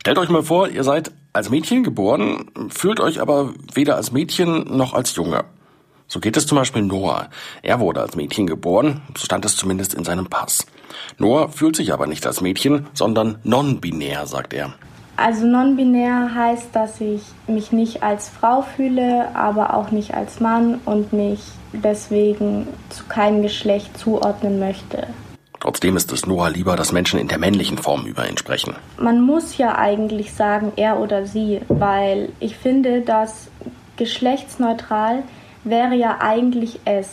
Stellt euch mal vor, ihr seid als Mädchen geboren, fühlt euch aber weder als Mädchen noch als Junge. So geht es zum Beispiel Noah. Er wurde als Mädchen geboren, so stand es zumindest in seinem Pass. Noah fühlt sich aber nicht als Mädchen, sondern non-binär, sagt er. Also non-binär heißt, dass ich mich nicht als Frau fühle, aber auch nicht als Mann und mich deswegen zu keinem Geschlecht zuordnen möchte. Trotzdem ist es Noah lieber, dass Menschen in der männlichen Form über ihn sprechen. Man muss ja eigentlich sagen er oder sie, weil ich finde, dass geschlechtsneutral wäre ja eigentlich es.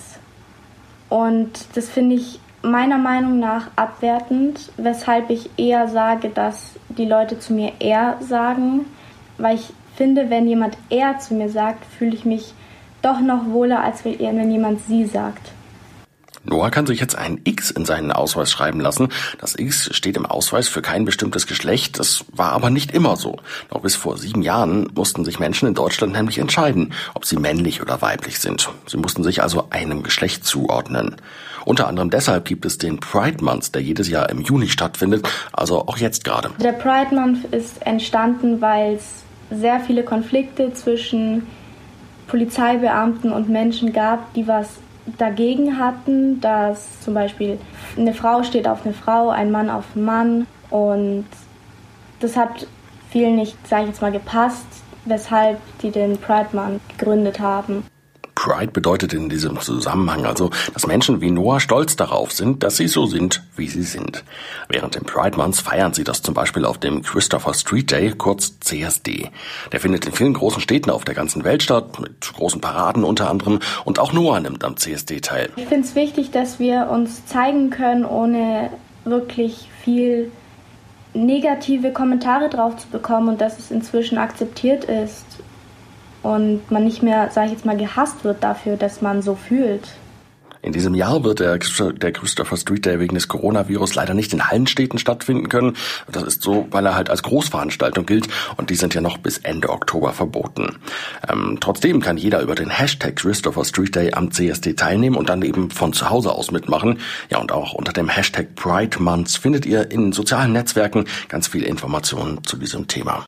Und das finde ich meiner Meinung nach abwertend, weshalb ich eher sage, dass die Leute zu mir er sagen, weil ich finde, wenn jemand er zu mir sagt, fühle ich mich doch noch wohler, als wenn jemand sie sagt. Noah kann sich jetzt ein X in seinen Ausweis schreiben lassen. Das X steht im Ausweis für kein bestimmtes Geschlecht. Das war aber nicht immer so. Noch bis vor 7 Jahren mussten sich Menschen in Deutschland nämlich entscheiden, ob sie männlich oder weiblich sind. Sie mussten sich also einem Geschlecht zuordnen. Unter anderem deshalb gibt es den Pride Month, der jedes Jahr im Juni stattfindet, also auch jetzt gerade. Der Pride Month ist entstanden, weil es sehr viele Konflikte zwischen Polizeibeamten und Menschen gab, die was dagegen hatten, dass zum Beispiel eine Frau steht auf eine Frau, ein Mann auf einen Mann, und das hat vielen nicht, sage ich jetzt mal, gepasst, weshalb die den Pride Month gegründet haben. Pride bedeutet in diesem Zusammenhang also, dass Menschen wie Noah stolz darauf sind, dass sie so sind, wie sie sind. Während dem Pride Month feiern sie das zum Beispiel auf dem Christopher Street Day, kurz CSD. Der findet in vielen großen Städten auf der ganzen Welt statt, mit großen Paraden unter anderem, und auch Noah nimmt am CSD teil. Ich finde es wichtig, dass wir uns zeigen können, ohne wirklich viel negative Kommentare drauf zu bekommen, und dass es inzwischen akzeptiert ist und man nicht mehr, sage ich jetzt mal, gehasst wird dafür, dass man so fühlt. In diesem Jahr wird der Christopher Street Day wegen des Coronavirus leider nicht in allen Städten stattfinden können. Das ist so, weil er halt als Großveranstaltung gilt, und die sind ja noch bis Ende Oktober verboten. Trotzdem kann jeder über den Hashtag Christopher Street Day am CSD teilnehmen und dann eben von zu Hause aus mitmachen. Ja, und auch unter dem Hashtag Pride Month findet ihr in sozialen Netzwerken ganz viele Informationen zu diesem Thema.